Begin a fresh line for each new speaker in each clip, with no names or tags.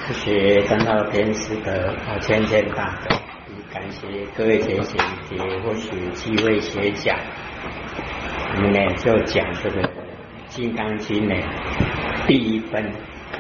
是学张道天师的千千大德，感谢各位贤贤也或许机会学讲。我们呢就讲这个《金刚经》呢第一分。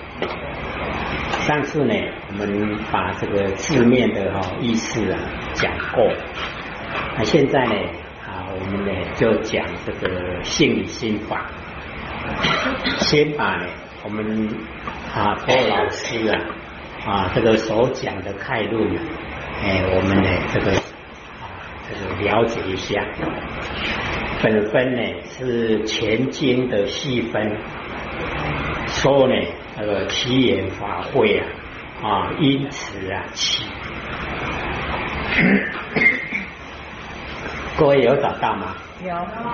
上次呢我们把这个字面的意思讲过，那现在呢我们呢就讲这个性理心法。先把呢我们托老师这个所讲的概论我们呢这个了解一下。本分呢是全经的细分，说呢那个奇缘法会因此起。各位有找到吗？
有。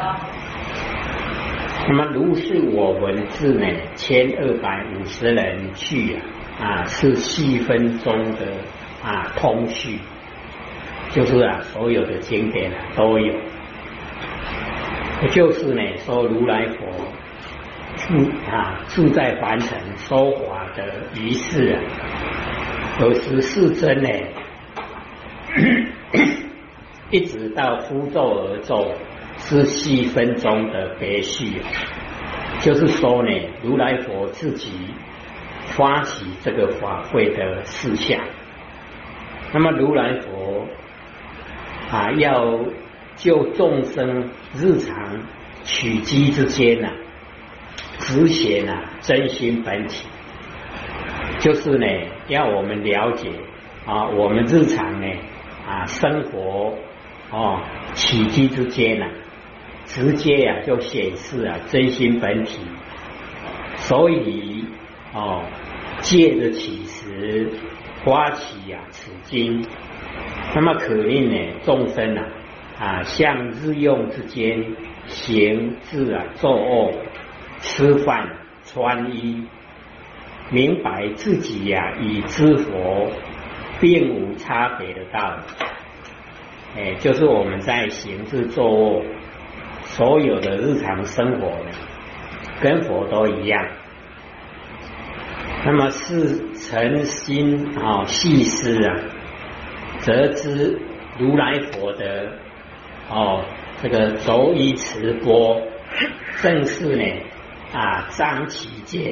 那么如是我文字呢1250人去是细分中的通序，就是所有的经典都有。就是呢说如来佛住在凡尘说法的于是有14真呢一直到呼咒而咒是细分中的别序，就是说呢如来佛自己发起这个法会的事项。那么如来佛要就众生日常取机之间直显真心本体，就是呢要我们了解我们日常呢生活起机之间直接就显示真心本体。所以借着起时发起此经，那么可令呢众生像日用之间行至坐卧吃饭穿衣，明白自己与知佛并无差别的道理。就是我们在行至坐卧所有的日常生活呢跟佛都一样。那么是诚心细思则知如来佛的这个轴衣持钵正是呢彰其戒。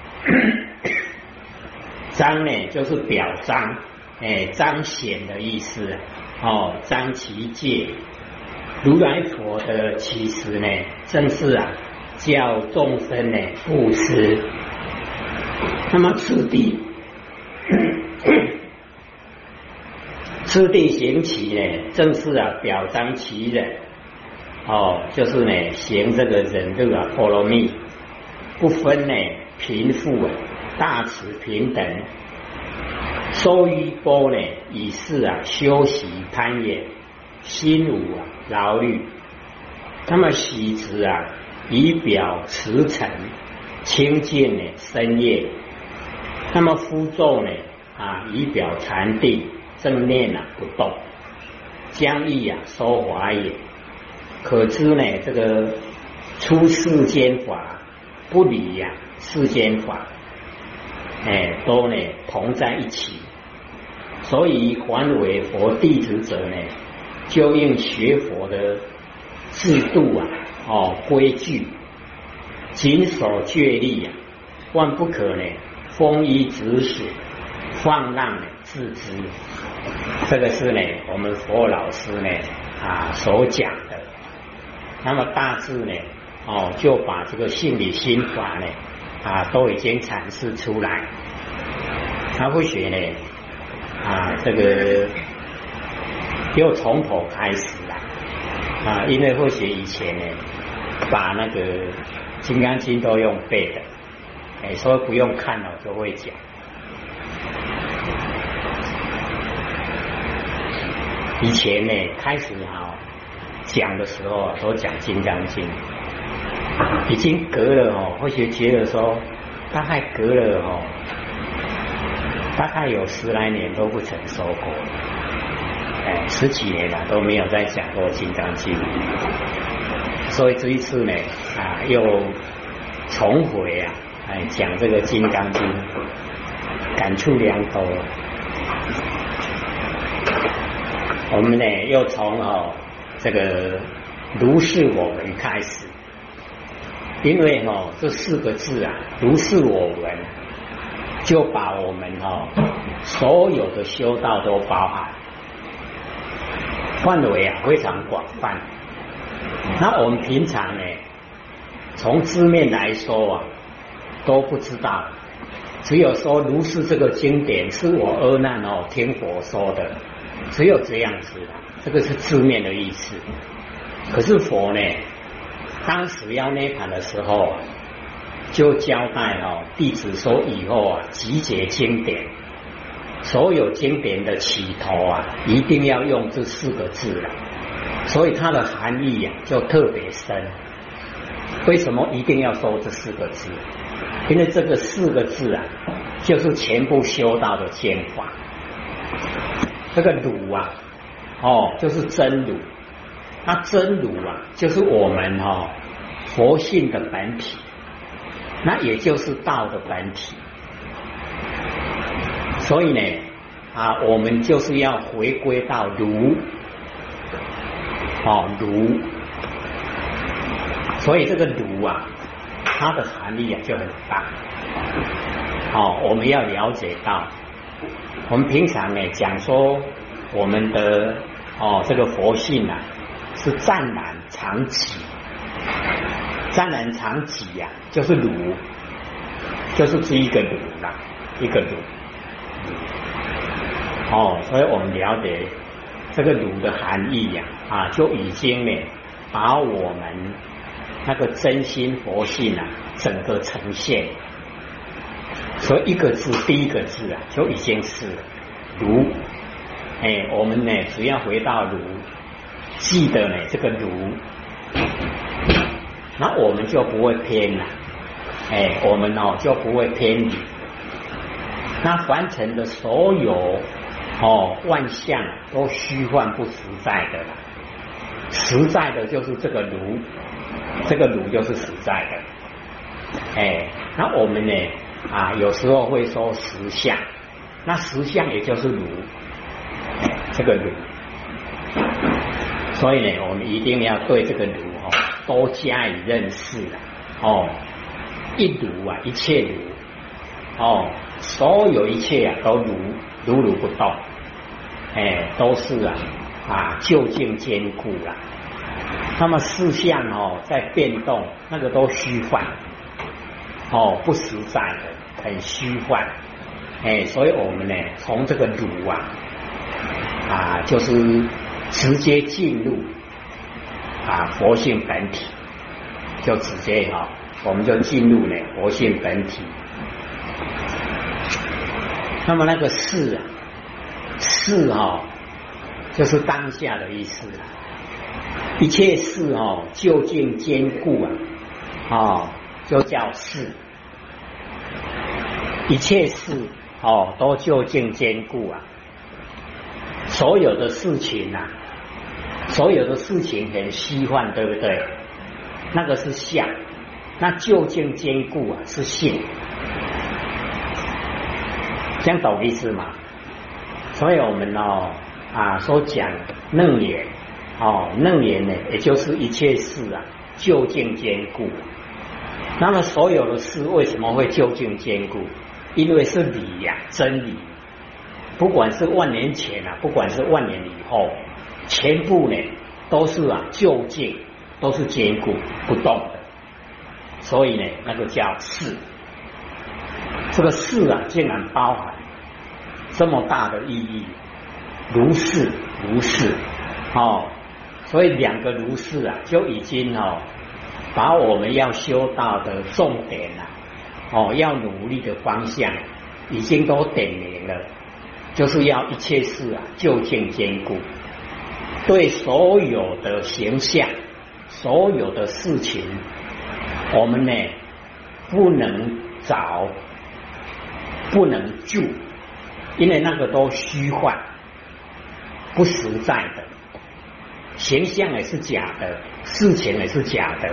彰呢就是表彰彰显的意思彰其戒。如来佛的起时呢正是叫众生呢布施。那么次第行起呢正是表彰其人就是呢行这个忍辱波罗蜜，不分呢贫富大慈平等，收衣钵呢以是修习攀岩，心无劳虑。那么喜之以表慈诚清净呢深业。那么呼咒呢以表禅定正念不动，将意说法也。可知呢这个出世间法不离世间法都呢同在一起。所以凡为佛弟子者呢就应学佛的制度规矩，谨守戒律万不可呢丰衣足食，放浪自知。这个是呢我们佛老师呢所讲的。那么大致呢就把这个性理心法呢都已经阐释出来。或许呢这个又从头开始了因为或许以前呢把那个《金刚经》都用背的所以不用看了就会讲。以前呢开始讲的时候都讲《金刚经》，已经隔了或许觉得说大概隔了大概有10来年都不曾说过，10几年了都没有再讲过《金刚经》，所以这一次呢又重回讲这个《金刚经》， 感触良多。我们呢又从这个如是我闻开始，因为这四个字啊，如是我闻，就把我们所有的修道都包含，范围啊非常广泛。那我们平常呢，从字面来说啊，都不知道，只有说如是这个经典是我阿难听佛说的，只有这样子，这个是字面的意思。可是佛呢，当时要涅槃的时候，就交代弟子说以后啊，集结经典，所有经典的起头啊，一定要用这四个字了。所以它的含义啊，就特别深。为什么一定要说这四个字？因为这个四个字啊，就是全部修道的经法。这个如啊，就是真如。那真如啊，就是我们佛性的本体，那也就是道的本体。所以呢，我们就是要回归到如，如。所以这个如啊，它的含义啊就很大。我们要了解到，我们平常呢讲说我们的这个佛性啊，是湛然常寂。湛然常寂呀，就是如，就是这一个如啦，一个如。所以我们了解这个如的含义呀，就已经呢把我们那个真心佛性啊，整个呈现。所以一个字，第一个字啊，就已经是如。我们呢，只要回到如，记得呢这个如，那我们就不会偏了。我们就不会偏离。那凡尘的所有万象都虚幻不实在的了，实在的就是这个如，这个如就是实在的。那我们呢有时候会说实相，那实相也就是如，这个如。所以呢，我们一定要对这个如多加以认识一如啊，一切如所有一切啊都如不动，都是究竟坚固了。那么事项在变动，那个都虚幻，不实在的，很虚幻。所以我们呢，从这个如就是直接进入佛性本体，就直接我们就进入了佛性本体。那么那个事啊，事就是当下的意思。一切事究竟坚固就叫事。一切事都究竟坚固所有的事情所有的事情很虚幻，对不对？那个是相，那究竟坚固是性，这样懂意思吗？所以我们所讲楞严楞严呢，也就是一切事究竟坚固。那么所有的事为什么会究竟坚固？因为是理真理。不管是万年前不管是万年以后，全部呢都是究竟，都是坚固不动的。所以呢，那个叫事。这个事竟然包含这么大的意义，如是如是所以两个如是就已经把我们要修道的重点要努力的方向已经都点明了，就是要一切事究竟坚固。对所有的形象，所有的事情，我们呢不能找，不能住，因为那个都虚幻，不实在的。形象也是假的，事情也是假的。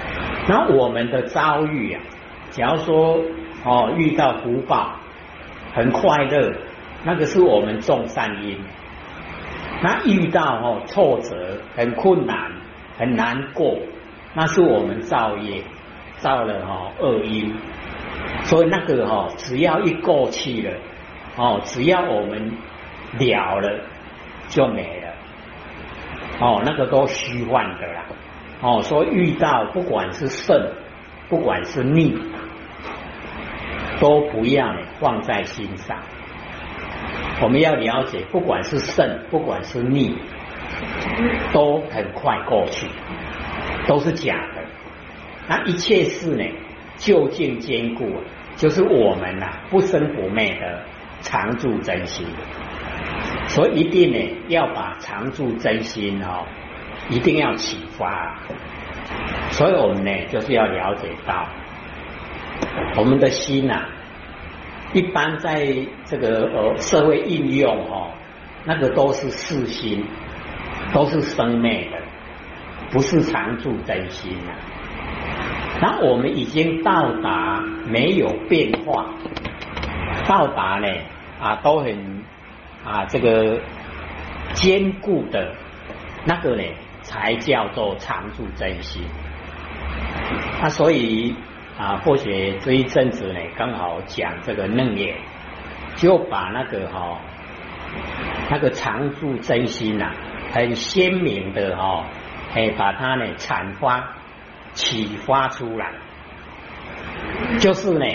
那我们的遭遇假如说遇到福报， 很快乐，那个是我们种善因。那遇到挫折、很困难、很难过，那是我们造业，造了恶因。所以那个只要一过去了，只要我们了了就没了，那个都虚幻的啦。所以遇到不管是胜，不管是逆，都不要放在心上。我们要了解，不管是胜，不管是逆，都很快过去，都是假的。那一切事呢，究竟坚固，就是我们不生不灭的常住真心。所以一定呢，要把常住真心一定要启发。所以我们呢，就是要了解到，我们的心一般在这个社会应用那个都是世心，都是生灭的，不是常住真心那我们已经到达没有变化，到达呢都很这个坚固的那个呢，才叫做常住真心。所以或许这一阵子呢，刚好讲这个楞严，就把那个常住真心很鲜明的把它呢阐发、启发出来，就是呢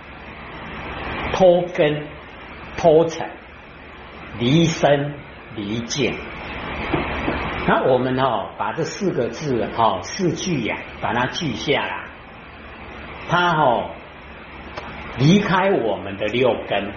脱根、脱尘、离身、离见。那我们把这4个字4句把它句下来。它离开我们的6根，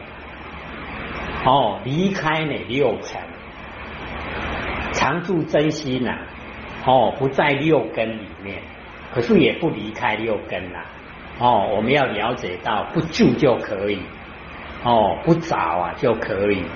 离开呢6尘，常住真心不在6根里面，可是也不离开6根我们要了解到，不住就可以，不着就可以。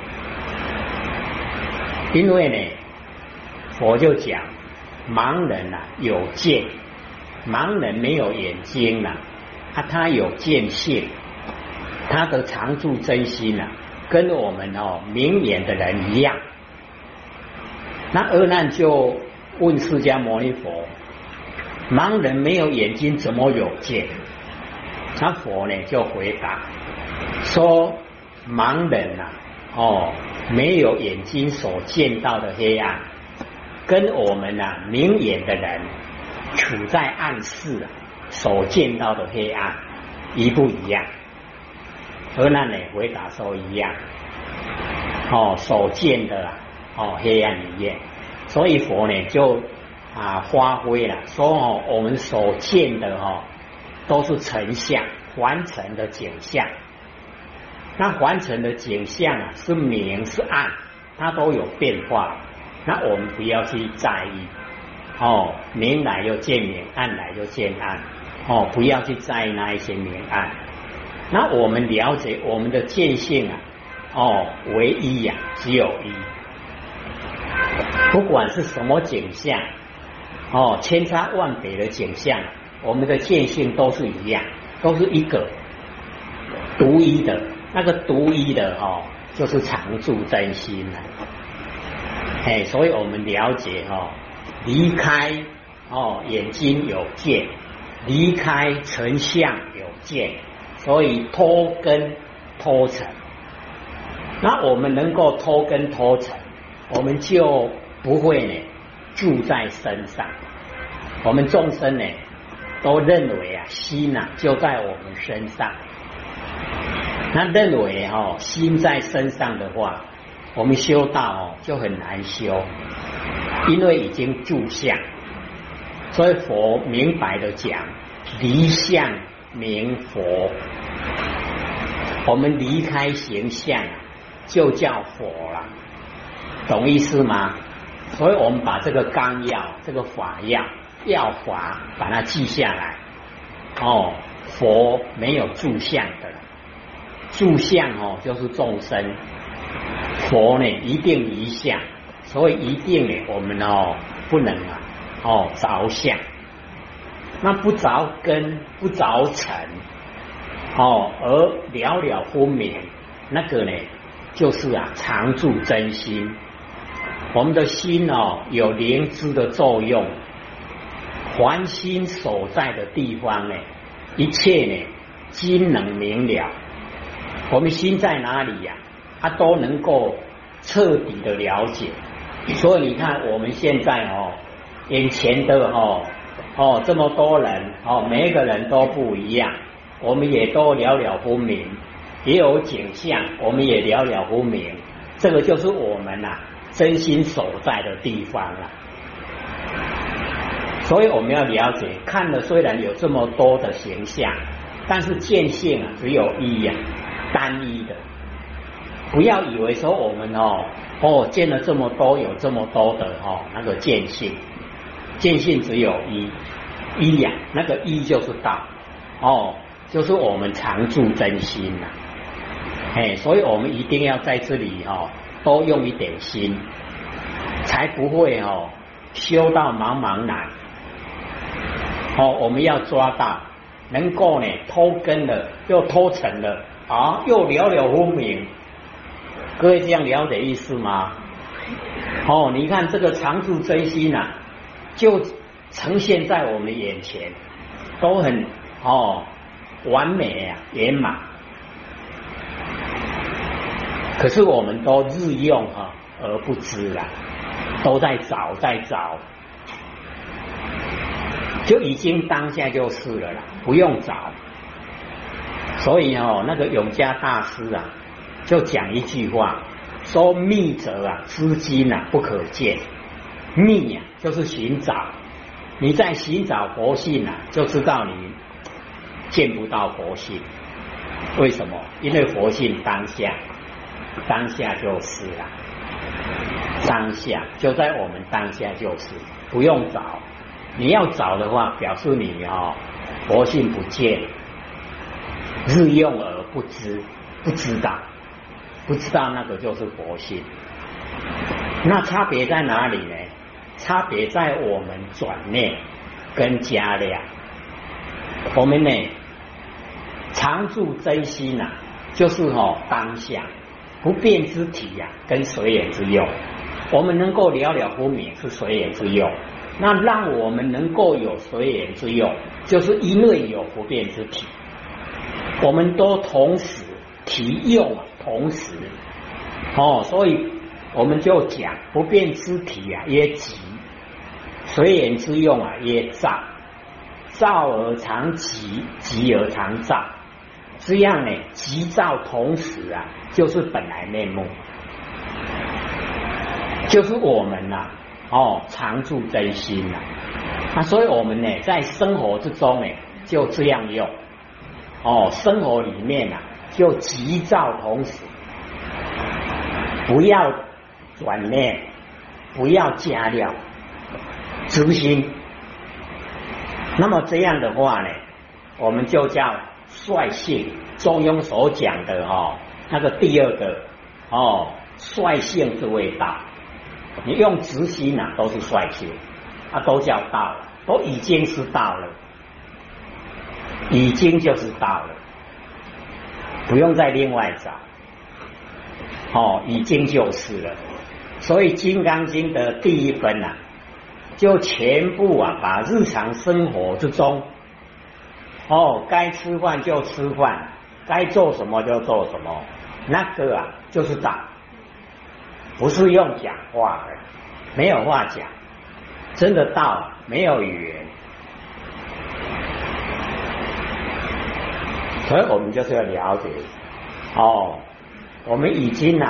因为呢，佛就讲，盲人有见，盲人没有眼睛他有见性，他的常住真心跟我们明眼的人一样。那阿难就问释迦牟尼佛，盲人没有眼睛怎么有见？那佛呢就回答说，盲人没有眼睛所见到的黑暗，跟我们明眼的人处在暗室所见到的黑暗一不一样？阿难呢回答说一样，所见的黑暗一样。所以佛呢就发挥了说我们所见的都是成相，凡尘的景象。那凡尘的景象是明是暗，它都有变化，那我们不要去在意明来又见明，暗来又见暗不要去在意那一些明暗。那我们了解我们的见性唯一只有一，不管是什么景象千差万别的景象，我们的见性都是一样，都是一个独一的。那个独一的就是常住真心所以我们了解离开眼睛有见，离开尘相有见，所以脱根脱尘。那我们能够脱根脱尘，我们就不会呢住在身上。我们众生呢都认为心就在我们身上，那认为心在身上的话，我们修道就很难修，因为已经住相。所以佛明白的讲，离相明佛。我们离开形象就叫佛了，懂意思吗？所以我们把这个纲要、这个法要法把它记下来。佛没有住相的，住相就是众生，佛呢一定离相，所以一定呢我们不能着相。那不着根不着尘而了了分明， 那个呢，就是常住真心。我们的心有灵知的作用，凡心所在的地方呢，一切呢均能明了。我们心在哪里呀？都能够彻底的了解。所以你看我们现在眼前的这么多人每一个人都不一样，我们也都了了分明，也有景象，我们也了了分明。这个就是我们真心所在的地方了。所以我们要了解，看了虽然有这么多的形象，但是见性只有一单一的。不要以为说我们见了这么多，有这么多的那个见性，见性只有一那个一就是道就是我们常住真心所以我们一定要在这里多用一点心，才不会修到茫茫然。我们要抓到能够脱根了又脱尘了又了了分明。各位这样了解意思吗？你看这个常住真心就呈现在我们眼前，都很完美圆满。可是我们都日用而不知都在找，就已经当下就是了不用找。所以那个永嘉大师就讲一句话，说密者知今不可见。密就是寻找，你在寻找佛性就知道你见不到佛性。为什么？因为佛性当下就是了，当下就在我们当下就是，不用找。你要找的话，表示你佛性不见，日用而不知，不知道那个就是佛性。那差别在哪里呢？差别在我们转念跟加量。我们呢常住真心就是当下不变之体跟随缘之用。我们能够了了分明是随缘之用，那让我们能够有随缘之用，就是因为有不变之体，我们都同时体用同时所以我们就讲不变之体曰即，随缘之用曰照，照而常即，即而常照。这样呢，即照同时就是本来面目，就是我们常住真心所以我们呢在生活之中就这样用生活里面就即照同时，不要转念，不要加料，直心。那么这样的话呢，我们就叫率性。中庸所讲的那个第二个率性之谓道。你用直心都是率性都叫道了，都已经是道了，已经就是道了，不用再另外找已经就是了。所以《金刚经》的第一分就全部把日常生活之中该吃饭就吃饭，该做什么就做什么，那个就是道，不是用讲话的，没有话讲，真的道没有语言。所以我们就是要了解我们已经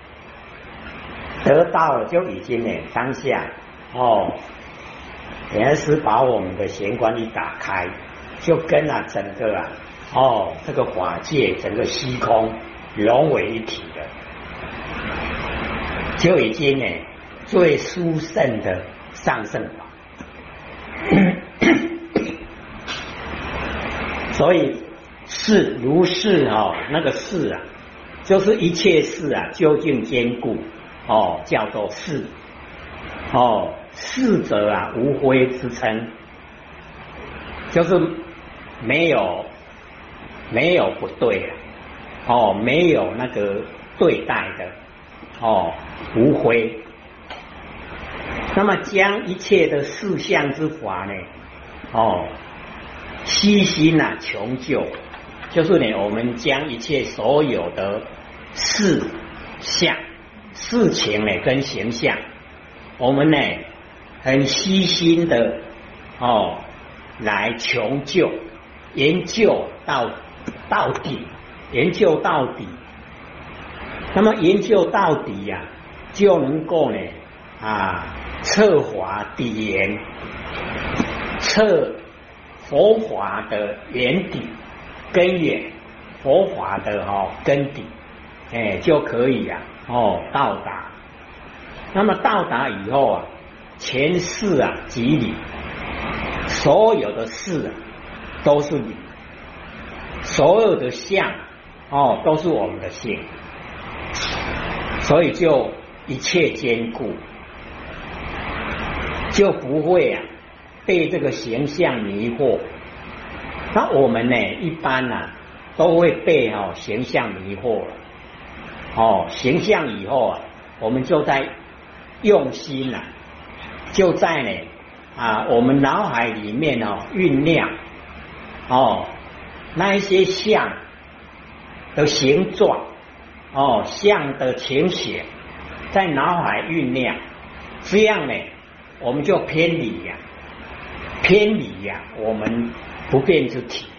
得到了，就已经当下也是把我们的玄关一打开，就跟整个这个法界整个虚空融为一体了，就已经最殊胜的上乘法。所以是如是那个是就是一切事究竟坚固叫做是是者无非之称，就是没有不对没有那个对待的无非。那么将一切的事相之法呢，悉心穷究，就是呢，我们将一切所有的事相、事情呢跟形象，我们呢很悉心的来穷究，研究到底，研究到底。那么研究到底呀，就能够呢彻法底源，彻佛法的原底根源，佛法的根底，就可以到达。那么到达以后前世即理，所有的事都是理，所有的相都是我们的性，所以就一切兼顾，就不会被这个形象迷惑。那我们呢，一般都会被形象迷惑了。形象以后我们就在用心就在呢我们脑海里面酝酿那一些相的形状相的情形，在脑海酝酿，这样呢我们就偏离我们不变之体。